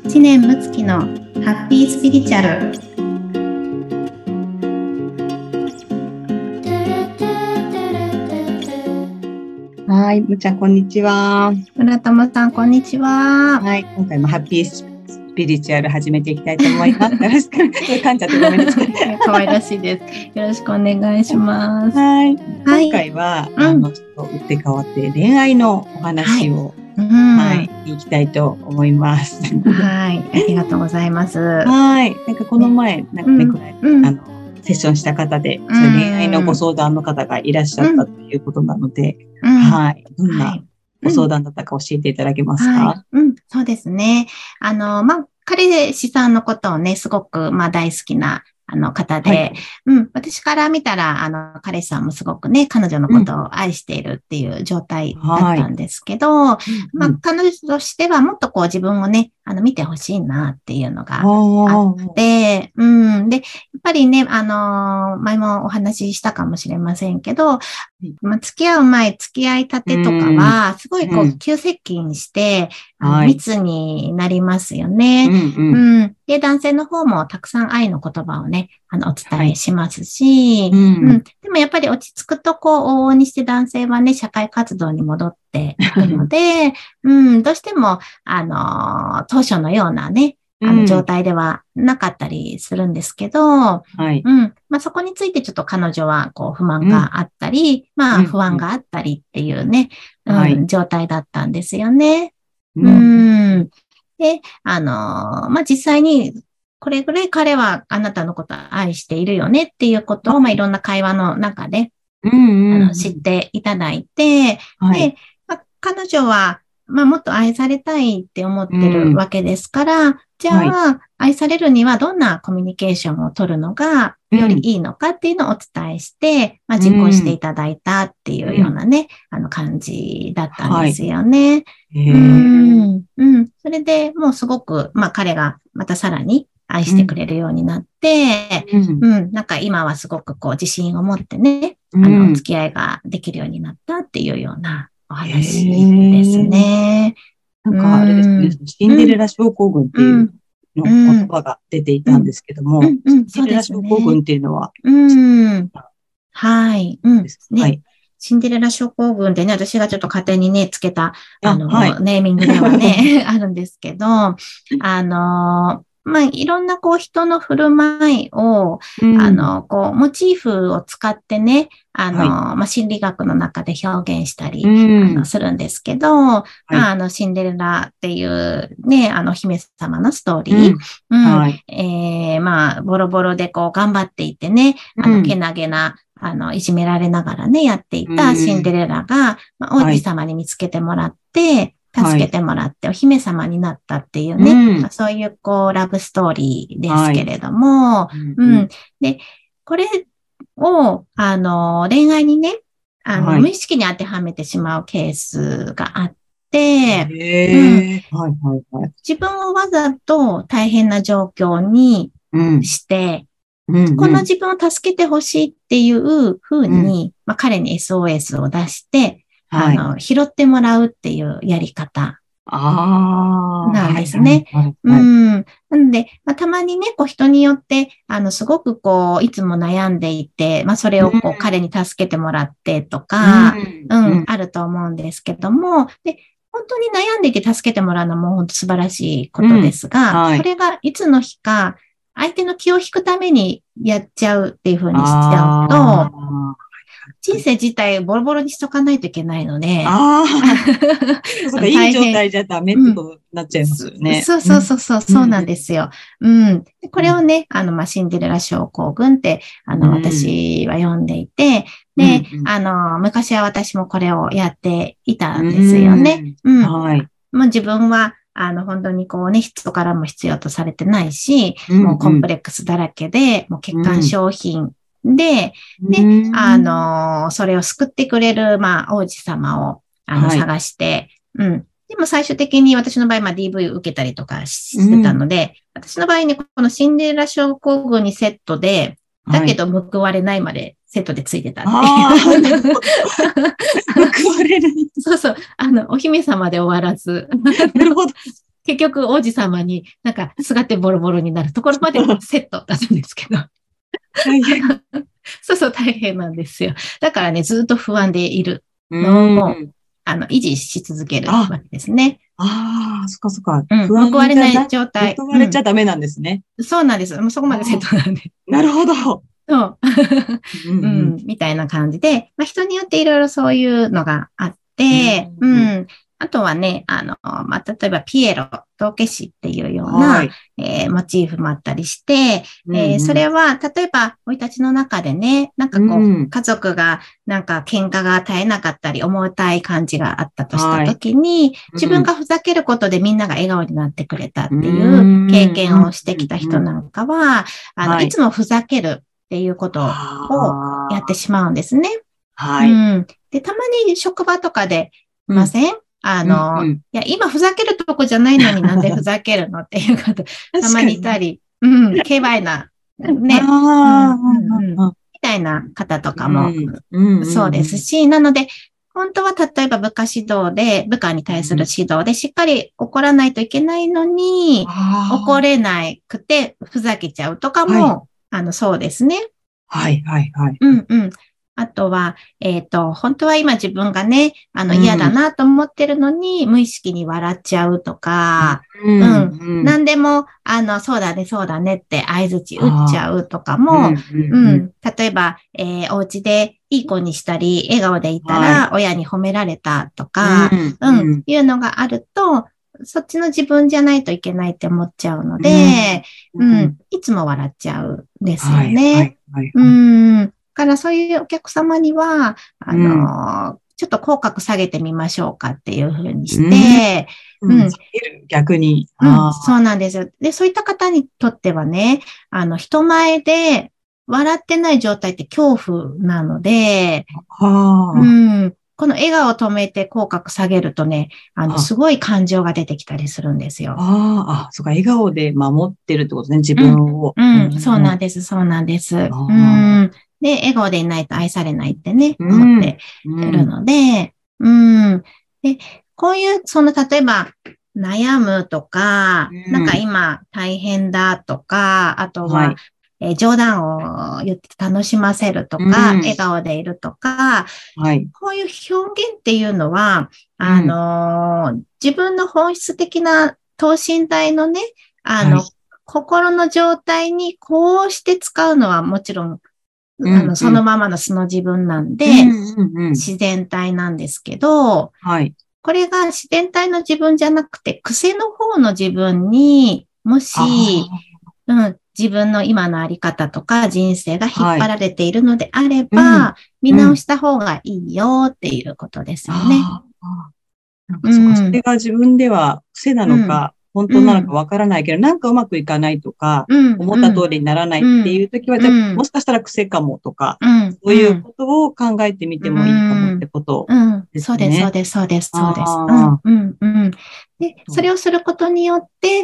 知念睦月のハッピースピリチュアル。 はい、むちゃんこんにちは。 村友さんこんにちは。 はい、今回もハッピースピリチュアル始めていきたいと思います。よろしく。噛んじゃってごめんなさい。 可愛らしいです。よろしくお願いします。 はい。 はい、 今回は、ちょっと打って変わって恋愛のお話を、いきたいと思います。 はい、ありがとうございます。 はい。なんかこの前、なんかね、セッションした方で、その恋愛のご相談の方がいらっしゃったということなので、はい。どんなご相談だったか教えていただけますか？ そうですね。彼氏さんのことをね、すごく、大好きな、方で、私から見たら、彼氏さんもすごくね、彼女のことを愛しているっていう状態だったんですけど、彼女としてはもっとこう自分をね、見てほしいなっていうのがあって、で、やっぱりね、前もお話ししたかもしれませんけど、付き合う前、付き合いたてとかは、すごいこう、急接近して、密になりますよね。で、男性の方もたくさん愛の言葉をね、お伝えしますし、でもやっぱり落ち着くと、こう、往々にして男性はね、社会活動に戻っていくので、どうしても、当初のようなね、状態ではなかったりするんですけど、そこについてちょっと彼女はこう不満があったり、不安があったりっていうね、状態だったんですよね。で、実際にこれぐらい彼はあなたのことを愛しているよねっていうことを、いろんな会話の中で、知っていただいて、で、彼女は、もっと愛されたいって思ってるわけですから、じゃあ、愛されるにはどんなコミュニケーションを取るのがよりいいのかっていうのをお伝えして、実行していただいたっていうようなね、感じだったんですよね。それでもうすごく、彼がまたさらに愛してくれるようになって、なんか今はすごくこう自信を持ってね、お付き合いができるようになったっていうようなお話ですね。 なんかあれですね、シンデレラ症候群っていうの言葉が出ていたんですけども、シンデレラ症候群っていうのは、 はい。シンデレラ症候群でね、私がちょっと勝手にね、つけた、ネーミングではね、あるんですけど、いろんなこう人の振る舞いを、こうモチーフを使ってね、心理学の中で表現したり、するんですけど、シンデレラっていうね、姫様のストーリー、ボロボロでこう頑張っていてね、けなげな、いじめられながらね、やっていたシンデレラが、王子様に見つけてもらって、助けてもらってお姫様になったっていうね、そういうこうラブストーリーですけれども、で、これを、恋愛にね、無意識に当てはめてしまうケースがあって、自分をわざと大変な状況にして、この自分を助けてほしいっていうふうに、彼に SOS を出して、拾ってもらうっていうやり方なんですね。なので、たまにね、こう人によって、すごくこう、いつも悩んでいて、それをこう、彼に助けてもらってとか、あると思うんですけども、で、本当に悩んでいて助けてもらうのも本当素晴らしいことですが、それがいつの日か、相手の気を引くためにやっちゃうっていう風にしちゃうと、人生自体ボロボロにしとかないといけないので。 そうか、いい状態じゃダメってことになっちゃいますよね。 そうなんですよ。これをね、シンデレラ症候群って、私は読んでいて、で、昔は私もこれをやっていたんですよね。もう自分は、本当にこうね、人からも必要とされてないし、もうコンプレックスだらけで、もう欠陥商品で、それを救ってくれる、王子様を、探して、でも最終的に私の場合、DV 受けたりとかしてたので、私の場合ね、このシンデレラ症候群にセットで、だけど報われないまでセットでついてたっていう。 報われない。 お姫様で終わらず。 なるほど。 結局王子様になんかすがってボロボロになるところまでセットだったんですけど。 大変。 そうそう、大変なんですよ。だからね、ずっと不安でいるうのを、 ん。 維持し続けるわけですね。 そっかそっか。 うん、報われない状態。 報われちゃダメなんですね。 そうなんです。もうそこまでセットなんで。 なるほど。 そう。みたいな感じで、まあ、人によっていろいろそういうのがあって、あとはね、まあ、例えばピエロ、道化師っていうような、モチーフもあったりして、それは、例えば、生い立ちの中でね、なんかこう、家族が、なんか喧嘩が絶えなかったり、重たい感じがあったとしたときに、自分がふざけることでみんなが笑顔になってくれたっていう経験をしてきた人なんかは、いつもふざけるっていうことをやってしまうんですね。で、たまに職場とかでいません？いや、今ふざけるとこじゃないのになんでふざけるのっていう方、たまにいたり、軽快な、ね、みたいな方とかも、そうですし、なので、本当は例えば部下指導で、部下に対する指導でしっかり怒らないといけないのに、怒れなくてふざけちゃうとかも、そうですね。あとは、本当は今自分がね、嫌だなと思ってるのに、無意識に笑っちゃうとか、何でも、そうだね、そうだねって相槌打っちゃうとかも、例えば、お家でいい子にしたり、笑顔でいたら、親に褒められたとか、いうのがあると、そっちの自分じゃないといけないって思っちゃうので、いつも笑っちゃうんですよね。からそういうお客様には、ちょっと口角下げてみましょうかっていうふうにして、 逆に、 そうなんですよ。で、そういった方にとってはね、人前で笑ってない状態って恐怖なので、この笑顔を止めて口角下げるとね、すごい感情が出てきたりするんですよ。 そうか、笑顔で守ってるってことね、自分を。 そうなんです、そうなんです。で、笑顔でいないと愛されないってね、思っているので、で、こういう、例えば、悩むとか、なんか今大変だとか、あとは、冗談を言って楽しませるとか、笑顔でいるとか、こういう表現っていうのは、自分の本質的な等身大のね、心の状態にこうして使うのはもちろん、そのままの素の自分なんで、自然体なんですけど、これが自然体の自分じゃなくて、癖の方の自分に、もし、自分の今のあり方とか人生が引っ張られているのであれば、見直した方がいいよっていうことですよね。 それが自分では癖なのか、本当なのかわからないけど、なんかうまくいかないとか、思った通りにならないっていう時は、じゃあもしかしたら癖かもとか、そういうことを考えてみてもいいかもってことですね。 そうです、そうです、そうです、そうです。で、それをすることによって、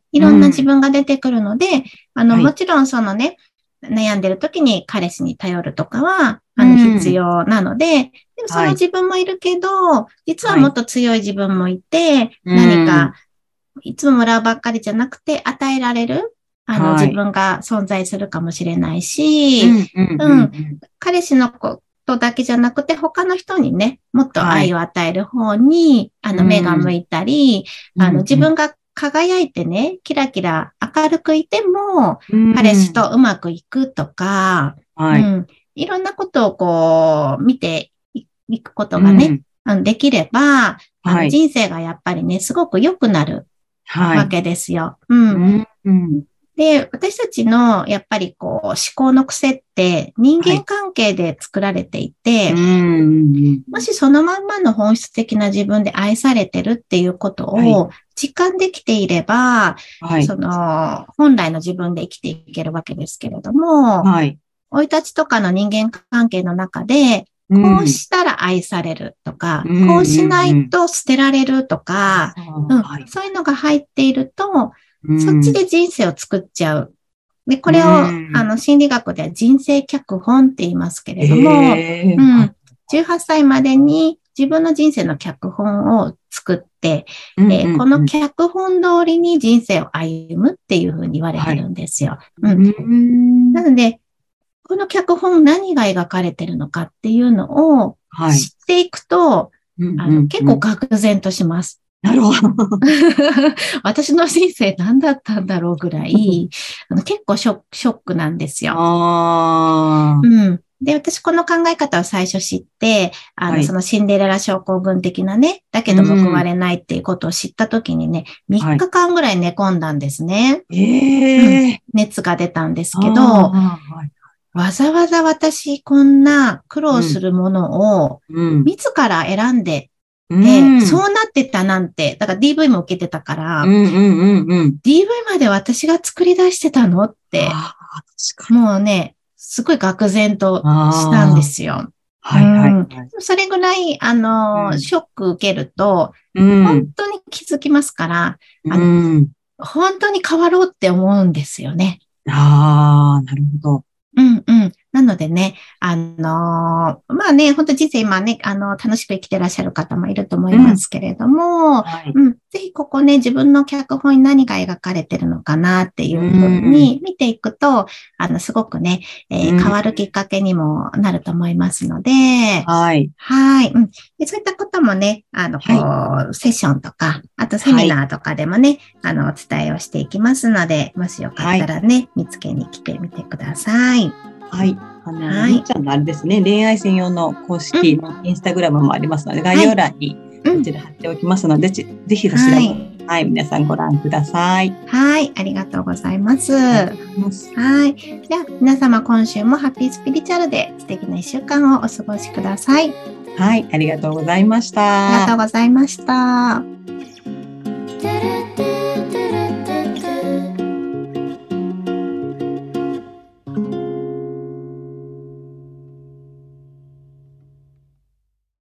いろんな自分が出てくるので、もちろんそのね、悩んでる時に彼氏に頼るとかは、必要なので、でもその自分もいるけど、実はもっと強い自分もいて、何か、いつももらうばっかりじゃなくて、与えられる、自分が存在するかもしれないし、彼氏のことだけじゃなくて、他の人にね、もっと愛を与える方に、目が向いたり、自分が輝いてね、キラキラ明るくいても、彼氏とうまくいくとか、いろんなことをこう、見ていくことがね、できれば、人生がやっぱりね、すごく良くなるわけですよ。で、私たちのやっぱりこう思考の癖って人間関係で作られていて、もしそのまんまの本質的な自分で愛されてるっていうことを実感できていれば、その本来の自分で生きていけるわけですけれども、生い立ちとかの人間関係の中で、こうしたら愛されるとか、こうしないと捨てられるとか、そういうのが入っていると、そっちで人生を作っちゃう。で、これを、心理学では人生脚本って言いますけれども、18歳までに自分の人生の脚本を作って、この脚本通りに人生を歩むっていうふうに言われてるんですよ。なので、この脚本何が描かれてるのかっていうのを知っていくと、結構愕然とします。 なるほど。 私の人生何だったんだろうぐらい、結構ショックなんですよ。で、私この考え方を最初知って、そのシンデレラ症候群的なね、だけど報われないっていうことを知った時にね、3日間ぐらい寝込んだんですね。熱が出たんですけど、わざわざ私こんな苦労するものを自ら選んで、そうなってたなんて、だから DV も受けてたから、DV まで私が作り出してたのって、もうね、すごい愕然としたんですよ。それぐらい、ショック受けると、本当に気づきますから、本当に変わろうって思うんですよね。 なるほど。 なのでね、まあね、本当人生今ね、楽しく生きてらっしゃる方もいると思いますけれども、ぜひここね、自分の脚本に何が描かれてるのかなっていうふうに見ていくと、すごくね、変わるきっかけにもなると思いますので、でそういったこともね、セッションとか、あとセミナーとかでもね、お伝えをしていきますので、もしよかったらね、見つけに来てみてください。 みっちゃんのあれですね、恋愛専用の公式のインスタグラムもありますので、概要欄にこちら貼っておきますので、ぜひそちらも、皆さんご覧ください。 ありがとうございます。じゃあ、皆様今週もハッピースピリチュアルで素敵な1週間をお過ごしください。 ありがとうございました。 ありがとうございました。